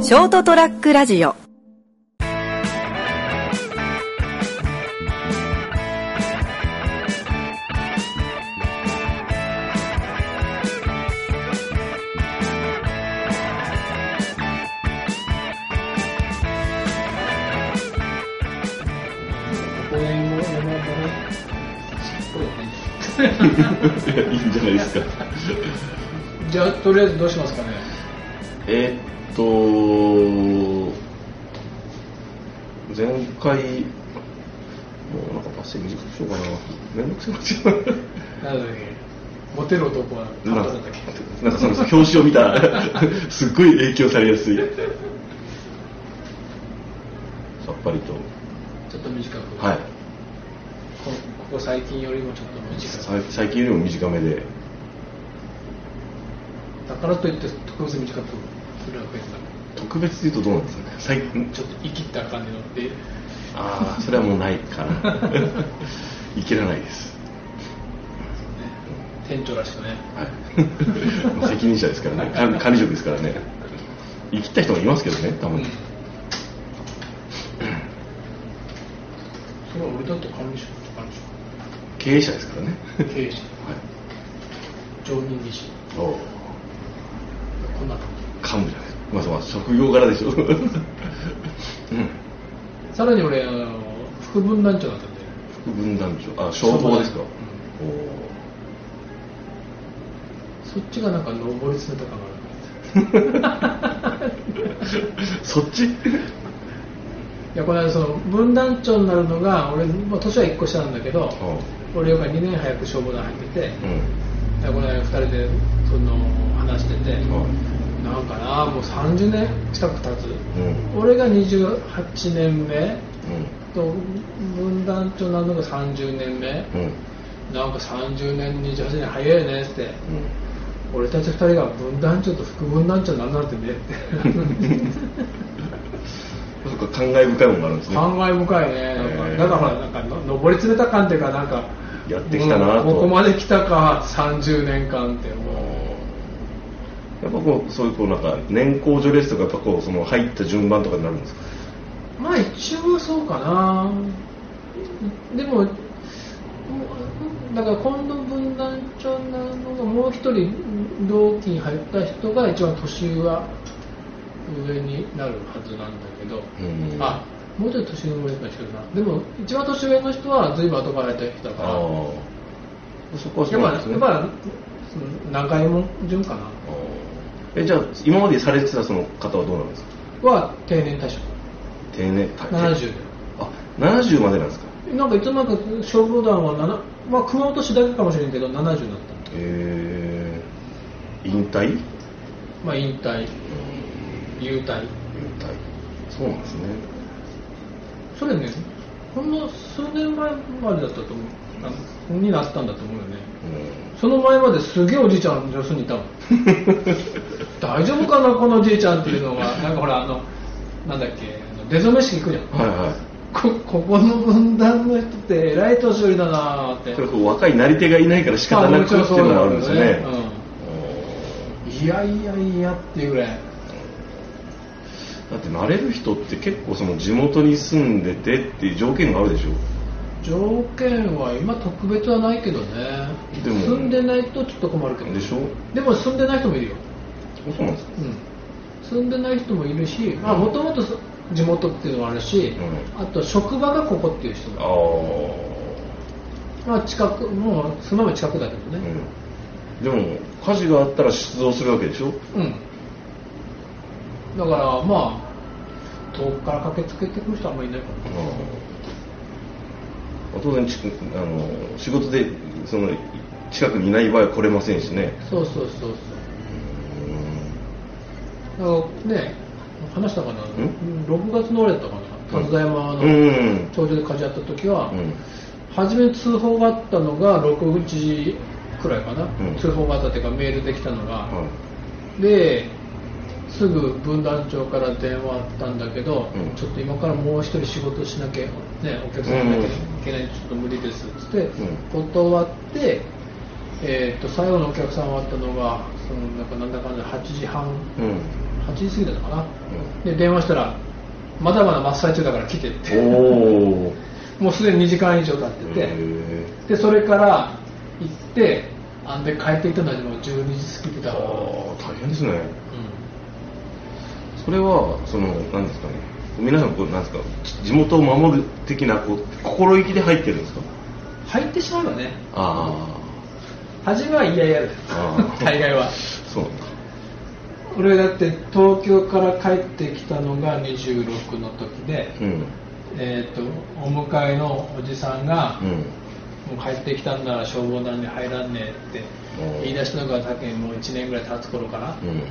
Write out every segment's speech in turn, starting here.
ショートトラックラジオ。 いいんじゃないですか。 じゃあとりあえずどうしますかね。 前回もうなんかバス短くしようかな。めんどくせえなっちゃう。 なんだっけ、モテる男は簡単だったっけ。 なんかその表紙を見たらすっごい影響されやすい。さっぱりとちょっと短く。 はい。 ここ最近よりもちょっと短く。 最近よりも短めで。 だからといって特別短くするわけですか。 特別で言うとどうなんですかね。最近ちょっと生きった感じので。 ああ、それはもうないかな。いけらないです。 店長らしくね。 はい。責任者ですからね。管理職ですからね。生きった人もいますけどね、たまに。 それは俺だって管理職。 経営者ですからね。 経営者。はい。常任理事。 おう。 こんな幹部じゃない。まあ職業柄でしょ。うん。 さらに俺副分団長だったんで。 副分団長、消防ですか。 そっちがなんか上り詰めた感がある。 そっち？いや、これその分団長になるのが俺、年は1個下なんだけど、俺より2年早く消防団入ってて、この間2人でその話してて、なんかな、もう30年近く経つ、俺が28年目、と分団長になるのが30年目、なんか30年28年早いねって、俺たち2人が分団長と副分団長になるなんてねってそうか、感慨深いものがあるんですね。 感慨深いね。だからなんか上り詰めた感っていうか、なんかやってきたなと、 ここまで来たか30年間ってもうやっぱこう、そういうなんか年功序列とか、やっぱこうその入った順番とかになるんですか。 まあ一応そうかな。でもだから今度分団長になるのがもう一人同期に入った人が一番年上になるはずなんだけど、もうちょっと年上の人だな。でも一番年上の人は随分後から入った人だから、 そこはそうなんですね。 やっぱ何回も順かな。 じゃあ今までされてたその方はどうなんですか。 は定年退職。 定年 70で。 70までなんですか。 なんかいつもなんか消防団は熊本市だけかもしれんけど70になった。 引退？ 引退、優退。 そうなんですね。 それね、ほんの数年前までだったと思う、になったんだと思うよね。その前まですげえおじいちゃん女子にいたもん。大丈夫かなこのおじいちゃんっていうのが、なんかほらなんだっけ、出初め式行くじゃん。ここの分団の人って偉い年寄りだなって。 それ若いなり手がいないから仕方なくっていうのがあるんですよね。 いやっていうぐらい。 だって慣れる人って結構その地元に住んでてっていう条件があるでしょ。 条件は今特別はないけどね。でも住んでないとちょっと困るけど。 でしょ。でも住んでない人もいるよ。 そうなんですか。 住んでない人もいるし、もともと地元っていうのもあるし、あと職場がここっていう人も。近く、もう住まい近くだけどね。 でも火事があったら出動するわけでしょ。 だから遠くから駆けつけてくる人はあんまりいないから、 当然仕事でその近くにいない場合は来れませんしね。 そうだからね、話したかな、6月のあれだったかな、田沢山の頂上で火事あった時は、初めに通報があったのが6時くらいかな、通報があったっていうかメールできたのが、ですぐ分団長から電話あったんだけど、ちょっと今からもう一人仕事しなきゃ、ね、お客さんいなきゃいけないんでちょっと無理ですって、断って、最後のお客さんはあったのがなんだかんだ8時半、8 8時過ぎだったかな、で電話したらまだまだ真っ最中だから来てっておもうすでに2時間以上経ってて、でそれから行ってで帰ってきたのはもう12時過ぎてたから。 大変ですね、それは何ですかね、皆さんなんですか、地元を守る的な心意気で入ってるんですか？ 入ってしまうよね。 初めは嫌やる大概は。 そうなんだ。 俺だって東京から帰ってきたのが26の時で、お迎えのおじさんが、もう帰ってきたんなら消防団に入らんねって言い出したのが多分もう1年ぐらい経つ頃から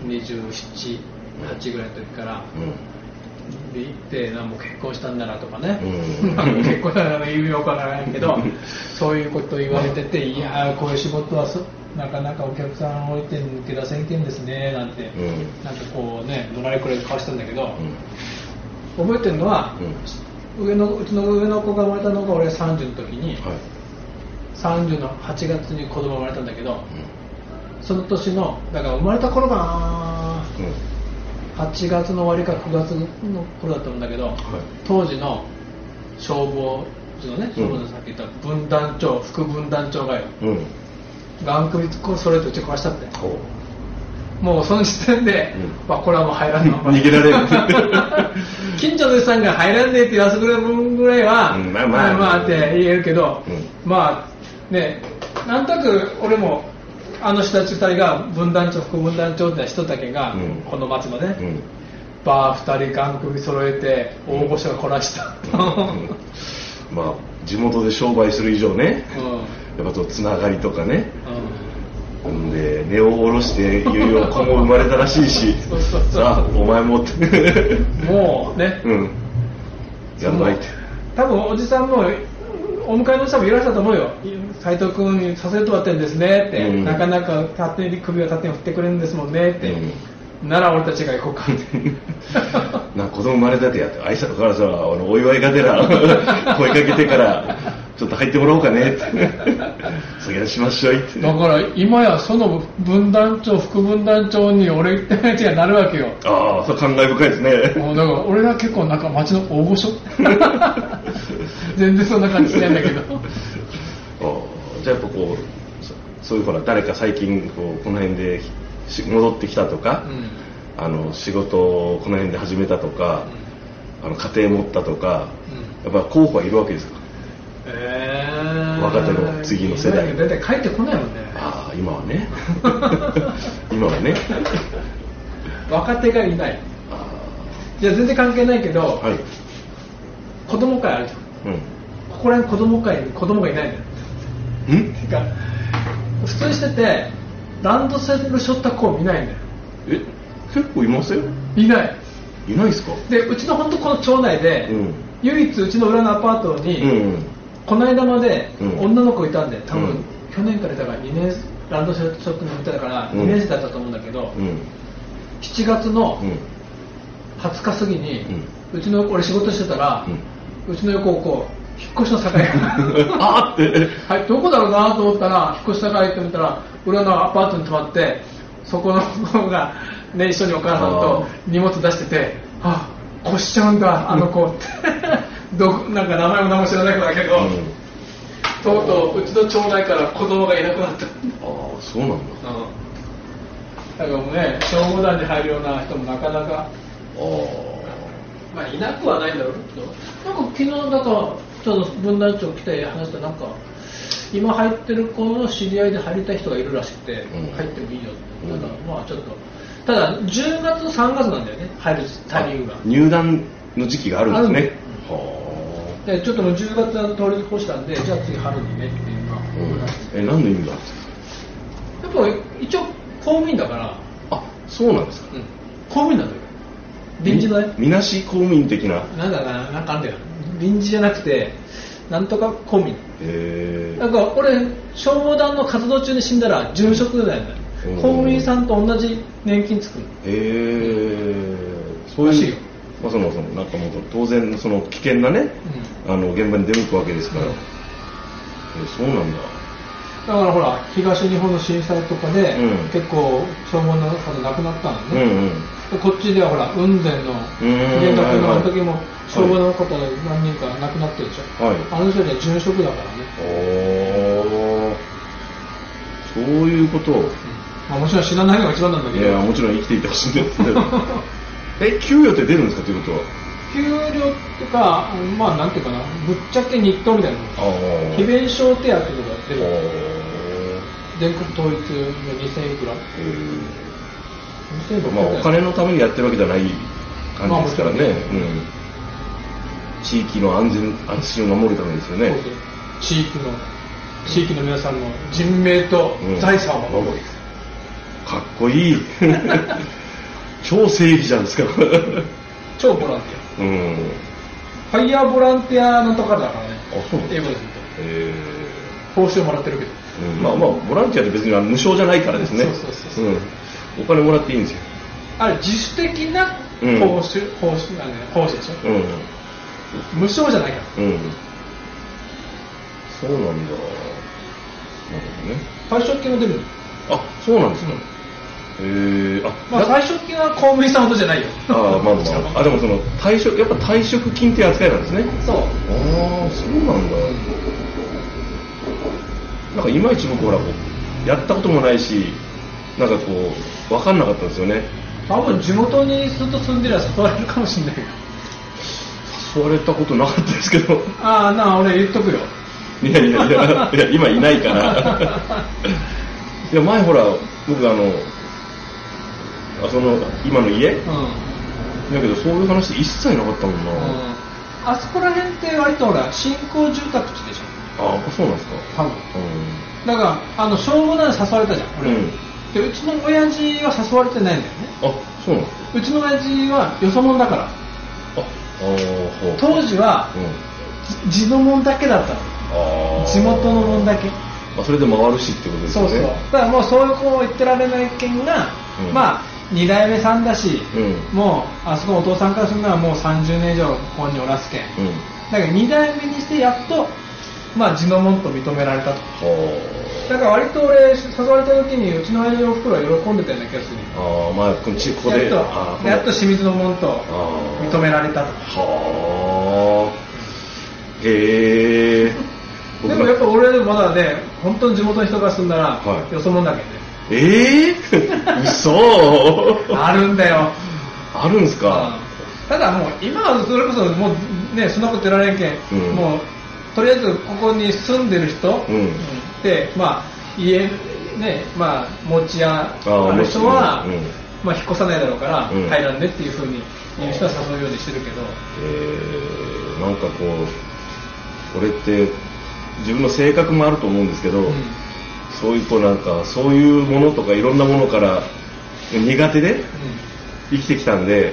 、27、8ぐらいの時から、で行ってもう結婚したんだなとかね、結婚したんだら意味わからないけどそういうことを言われてて、いやこういう仕事はなかなかお客さん置いて抜け出せんけんですねなんて、なんかこうねのらりくらい顔したんだけど、覚えてるのは、うちの上の子が生まれたのが俺30の時に、30の8月に子供生まれたんだけど、その年のだから生まれた頃かな、8月の終わりか9月の頃だったんだけど、当時の消防のね、消防のさっき言った分団長、副分団長がよ、ガン首それと打ち壊したって、もうその時点で、これはもう入らんの逃げられる近所の人さんが入らんねえって言わせてくれる分ぐらいは、まあって言えるけど、まあね、なんとなく俺もあの人たち2人が分団長副分団長って人だけが、この松まで、バー2人ガン首揃えて大御所がこらした、 まあ地元で商売する以上ね、やっぱつながりとかね、で根を下ろしていよいよ子も生まれたらしいしさあお前もってもうね、 やんないって多分おじさんもお迎えの人もいらっしゃると思うよ。斉藤君にさせてもらってるんですねって、なかなか勝手に首を勝手に振ってくれるんですもんねって、なら俺たちが行こうかってなんか子供生まれたてやって挨拶からさお祝いがてら声かけてからちょっと入ってもらおうかねってそげなしましょうって。 だから今やその分団長副分団長に俺ってやつがなるわけよ。 ああ、それ感慨深いですね。 だから俺は結構なんか町の大御所全然そんな感じしないんだけどじゃあやっぱそういうほら誰か最近この辺で戻ってきたとか、仕事をこの辺で始めたとか、家庭持ったとか、やっぱ候補はいるわけですか？若手の次の世代だいたい帰ってこないもんね。 今はね今はね若手がいない。いや全然関係ないけど、子供会あるじゃん、ここら辺子供会に子供がいないんだよ。てか普通にしててランドセル背負った子を見ないんだよ。 結構いますよ。 いないですか？でうちの本当この町内で、唯一うちの裏のアパートに、この間まで女の子いたんで、多分去年からいたから2年ランドセルショップにいたから2年生だったと思うんだけど、7月の20日過ぎに、うちの俺仕事してたら、うちの横をこう引っ越しの境あってはい、どこだろうなと思ったら引っ越しの境って見たら裏のアパートに泊まって、そこの子が、ね、一緒にお母さんと荷物出してて、越しちゃうんだあの子ってなんか名前も何も知らない子だけど、とうとううちの町内から子供がいなくなった。 そうなんだ。 だからもうね、消防団に入るような人もなかなかまあいなくはないんだろうけど、なんか昨日だからちょっと分団長来て話したら、なんか今入ってる子の知り合いで入りたい人がいるらしくて、入ってもいいよって、だからまあちょっとただ10月と3月なんだよね、入るタイミングが。 入団の時期があるんですね。 でちょっともう10月は通り越したんで、じゃあ次春にねっていうのは、 何の意味があるんですか？やっぱ一応公務員だから。 そうなんですか？ 公務員なんだよ。臨時のね、 みなし公務員的な。 なんかあんだよ。臨時じゃなくてなんとか公務員。だから俺消防団の活動中に死んだら殉職だよね。公務員さんと同じ年金つくの。 そういう。そもそもなんかもう当然その危険なね、現場に出向くわけですから、そうなんだ。 だからほら東日本の震災とかで、結構消防の方亡くなったのね、でこっちではほら雲仙の原爆の時も消防の方何人か亡くなってるでしょ、あの人たちは殉職だからね。 そういうことを、 もちろん死なないのが一番なんだけど。 いやもちろん生きていてほしいんですけど給与って出るんですかということは。 給料っていうか、まあなんていうかな、ぶっちゃけ日当みたいなの。被弁償手当とか出る。全国統一の2000いくら。 まあお金のためにやってるわけじゃない感じですからね。地域の安心を守るためですよね。 そうそう、地域の皆さんの人命と財産を守る。 かっこいい超正義じゃないですか超ボランティア、ファイヤーボランティアなんとかだからね。 そう英語で言うと、報酬もらってるけど、 まあボランティアって別に無償じゃないからですね。そう、お金もらっていいんですよ。 あれ自主的な報酬でしょ、無償じゃないから。 そうなんだ。なるほどね。 退職金も出る。 そうなんですか。 まあ退職金は公務員さんほどじゃないよ。 でもそのやっぱ退職金っていう扱いなんですね。 そう。 そうなんだ。なんかいまいち僕ほらやったこともないし、なんかこう分かんなかったんですよね。 多分地元にずっと住んでりゃ誘われるかもしれないけど。 誘われたことなかったですけど。 俺言っとくよ。 いや今いないからいや前ほら僕その今の家、だけどそういう話一切なかったもんな。 あそこら辺って割とほら新興住宅地でしょ。 そうなんですか。 多分。だから消防団に誘われたじゃん俺。でうちの親父は誘われてないんだよね。 そうなんですか。 うちの親父はよそ者だから。当時は地のもんだけだったの。地元のもんだけ。 それで回るしってことですよね。 そう。だからもうそういう子を言ってられない県が、まあ2代目さんだし、もうあそこのお父さんからするのはもう30年以上ここにおらすけん。だから2代目にしてやっとまあ地のもんと認められたと。だから割と俺誘われた時にうちの親父のおふくろは喜んでたような気がする。 ここでやっと清水のもんと認められたと。でもやっぱ俺まだね、本当に地元の人が住んだら、よそもんだけね。嘘あるんだよ。 あるんすか。 ただもう今はそれこそもうね、そんなこと言られんけん、もうとりあえずここに住んでる人、でまあ家ね、まあ持ち家ある人は、まあ引っ越さないだろうから入らんねっていう風に言う人は誘うようにしてるけど、 なんかこう俺って自分の性格もあると思うんですけど、そういうなんかそういうものとかいろんなものから苦手で生きてきたんで、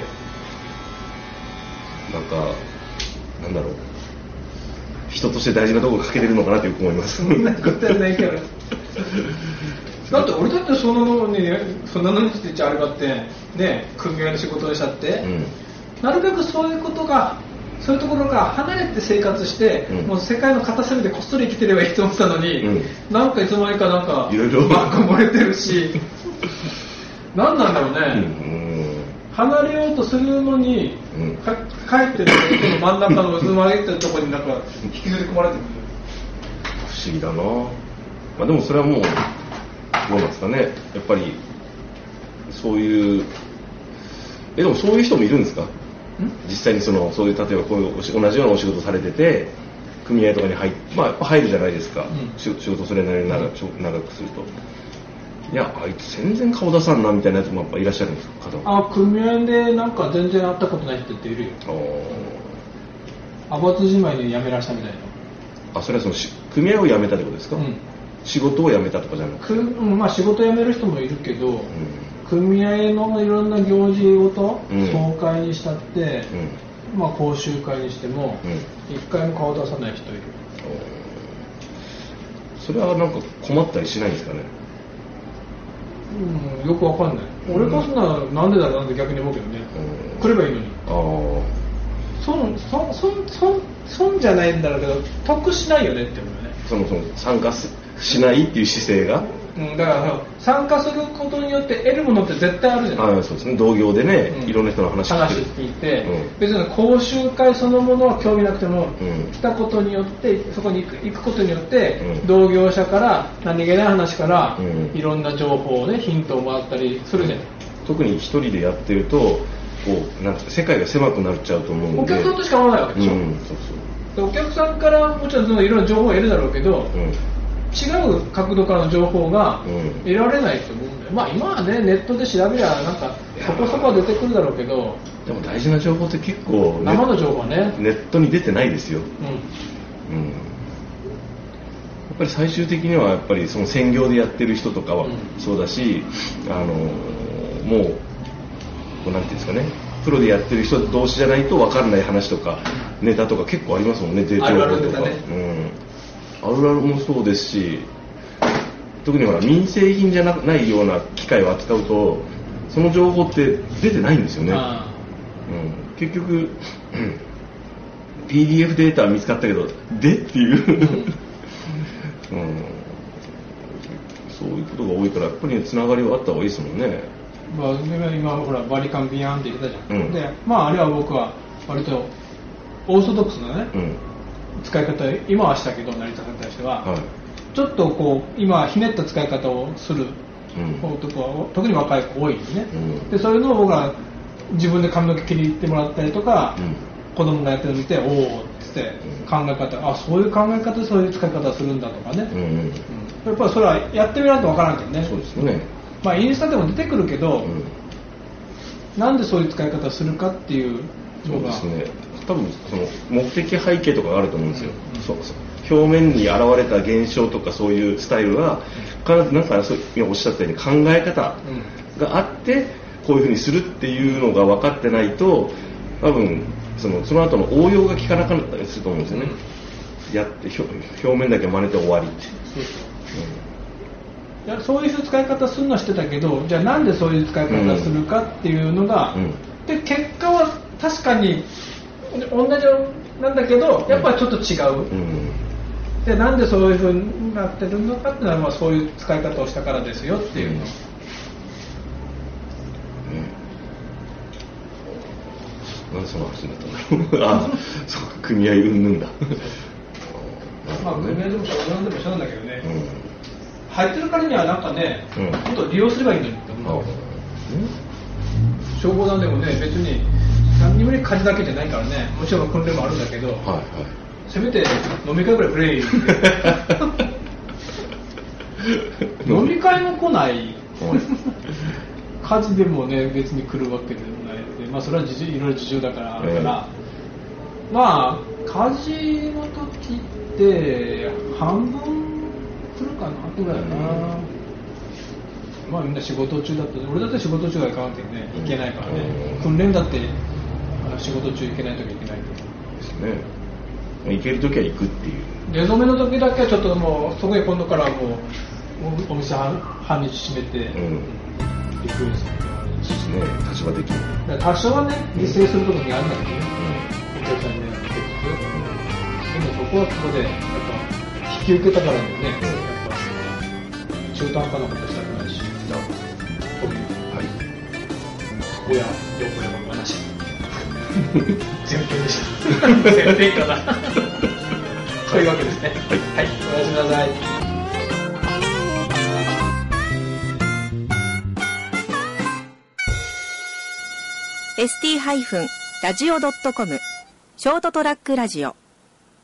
なんだろう、人として大事なところをかけてるのかなとよく思います。 そんなことはないけどだって俺だってそんなのにそんなのにしてあれがあってね、組合の仕事をしちゃって、なるべくそういうことがそういうところから離れて生活して、もう世界の片隅でこっそり生きてればいいと思ってたのに、なんかいつの間にかなんかいろいろバッグ漏れてるし何なんだろうね、離れようとするのに、帰ってるその真ん中の渦曲げてるところになんか引きずり込まれてる。 不思議だな。でもそれはもうどうなんですかね、やっぱりそういうでもそういう人もいるんですか。実際にそういう例えばこういう同じようなお仕事されてて組合とかにやっぱ入るじゃないですか、仕事それなりに長くすると、いやあいつ全然顔出さんなみたいなやつもやっぱいらっしゃるんですか。 組合でなんか全然会ったことない人っているよ。派閥じまいに辞めらしたみたいな。 それは組合を辞めたってことですか。仕事を辞めたとかじゃなくて、 まあ仕事辞める人もいるけど、組合のいろんな行事ごと、総会にしたって、まあ講習会にしても、一回も顔出さない人いる。 それはなんか困ったりしないんですかね。 よくわかんない。俺からするならなんでだろうなんて逆に思うけどね。来ればいいのに。損じゃないんだろうけど得しないよねって思うよね。 そもそも参加しないっていう姿勢が、 だから参加することによって得るものって絶対あるじゃない。 そうですね、同業でね、いろんな人の話聞いて、別に講習会そのものは興味なくても、来たことによってそこに行くことによって、同業者から何気ない話から、いろんな情報をねヒントをもらったりするじゃない。 特に一人でやってるとこうなんか世界が狭くなっちゃうと思うので、 お客さんとしか会わないわけでしょ。お客さんからもちろんいろんな情報を得るだろうけど、違う角度からの情報が得られないと思うんだよ。まあ今はねネットで調べりゃなんかそこそこは出てくるだろうけど、 でも大事な情報って結構生の情報はねネットに出てないですよ。やっぱり最終的にはやっぱりその専業でやってる人とかはそうだし、もうこうなんていうんですかね、プロでやってる人同士じゃないと分からない話とかネタとか結構ありますもんね。 あるあるネタね。 あるあるもそうですし、特にほら民生品じゃないような機械を扱うとその情報って出てないんですよね。結局PDF データは見つかったけどでっていうそういうことが多いからやっぱりつながりはあった方がいいですもんね。 今ほらバリカンビヤーンって言ってたじゃん。であれは僕は割とオーソドックスなね、使い方今はしたけど成田さんに対しては、ちょっとこう今ひねった使い方をする男は特に若い子多いんですね。でそういうのを僕は自分で髪の毛切り入ってもらったりとか、子供がやってるのを見ておおって考え方、そういう考え方でそういう使い方をするんだとかね、やっぱりそれはやってみないと分からんけどね。 そうですね。 インスタでも出てくるけど、なんでそういう使い方をするかっていうのが、 そうですね、多分その目的背景とかがあると思うんですよ。表面に現れた現象とかそういうスタイルが必ずなんか今おっしゃったように考え方があってこういうふうにするっていうのが分かってないと多分その後の応用が効かなかったりすると思うんですよね。やって表面だけ真似て終わりって。 そういう使い方するのはしてたけど、じゃあなんでそういう使い方するかっていうのが、で結果は確かに同じなんだけどやっぱりちょっと違う、でなんでそういうふうになってるのかっていうのはそういう使い方をしたからですよっていうの、 なんでその話になったんだろうそうか、組合うんぬんだ組合でも何でも一緒なんだけどね、入ってるからにはなんかね、もっと利用すればいいのにって思う。消防団でもね別に何にも火事だけじゃないからね、もちろん訓練もあるんだけど、せめて飲み会ぐらいプレイ飲み会も来ない火事でもね別に来るわけでもないので、それはいろいろ事情だからあるから、火事の時って半分来るかなぐらいな。みんな仕事中だって、俺だって仕事中はいかなきゃねいけないからね、訓練だって仕事中行けないとき行けないですね。行けるときは行くっていう。 出初めの時だけはちょっともうそこへ今度からもうお店半日閉めて行くんですよね。 そうですね、立場的に。 多少はね犠牲するところにあるんだけどね、お客さんにね結局。でもそこはそこでやっぱ引き受けたからにはね、やっぱ中途半端なことしたくないし、という親両親の話前編でした前編かなというわけですね。はい、おやすみなさい。 ST-radio.com ショートトラックラジオ